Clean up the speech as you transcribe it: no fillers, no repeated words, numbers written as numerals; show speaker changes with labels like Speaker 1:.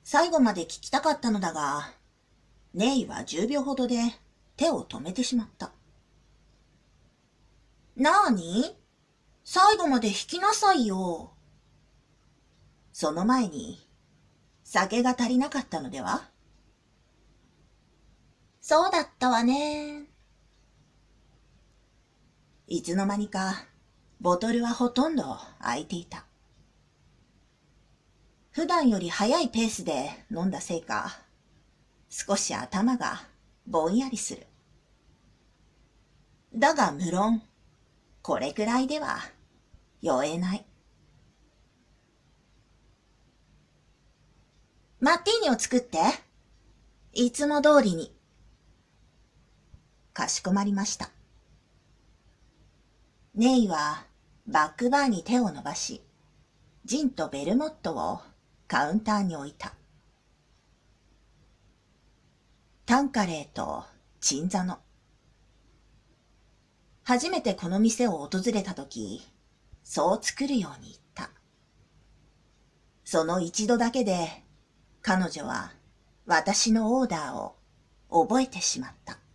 Speaker 1: 最後まで聞きたかったのだが、ネイは10秒ほどで手を止めてしまった。なあに？最後まで弾きなさいよ。その前に、酒が足りなかったのでは？そうだったわね。いつの間にか、ボトルはほとんど空いていた。普段より早いペースで飲んだせいか、少し頭がぼんやりする。だが無論、これくらいでは酔えない。マッティーニを作って。いつも通りに。かしこまりました。ネイはバックバーに手を伸ばし、ジンとベルモットをカウンターに置いた。タンカレーとチンザノ。初めてこの店を訪れたとき、そう作るように言った。その一度だけで、彼女は私のオーダーを覚えてしまった。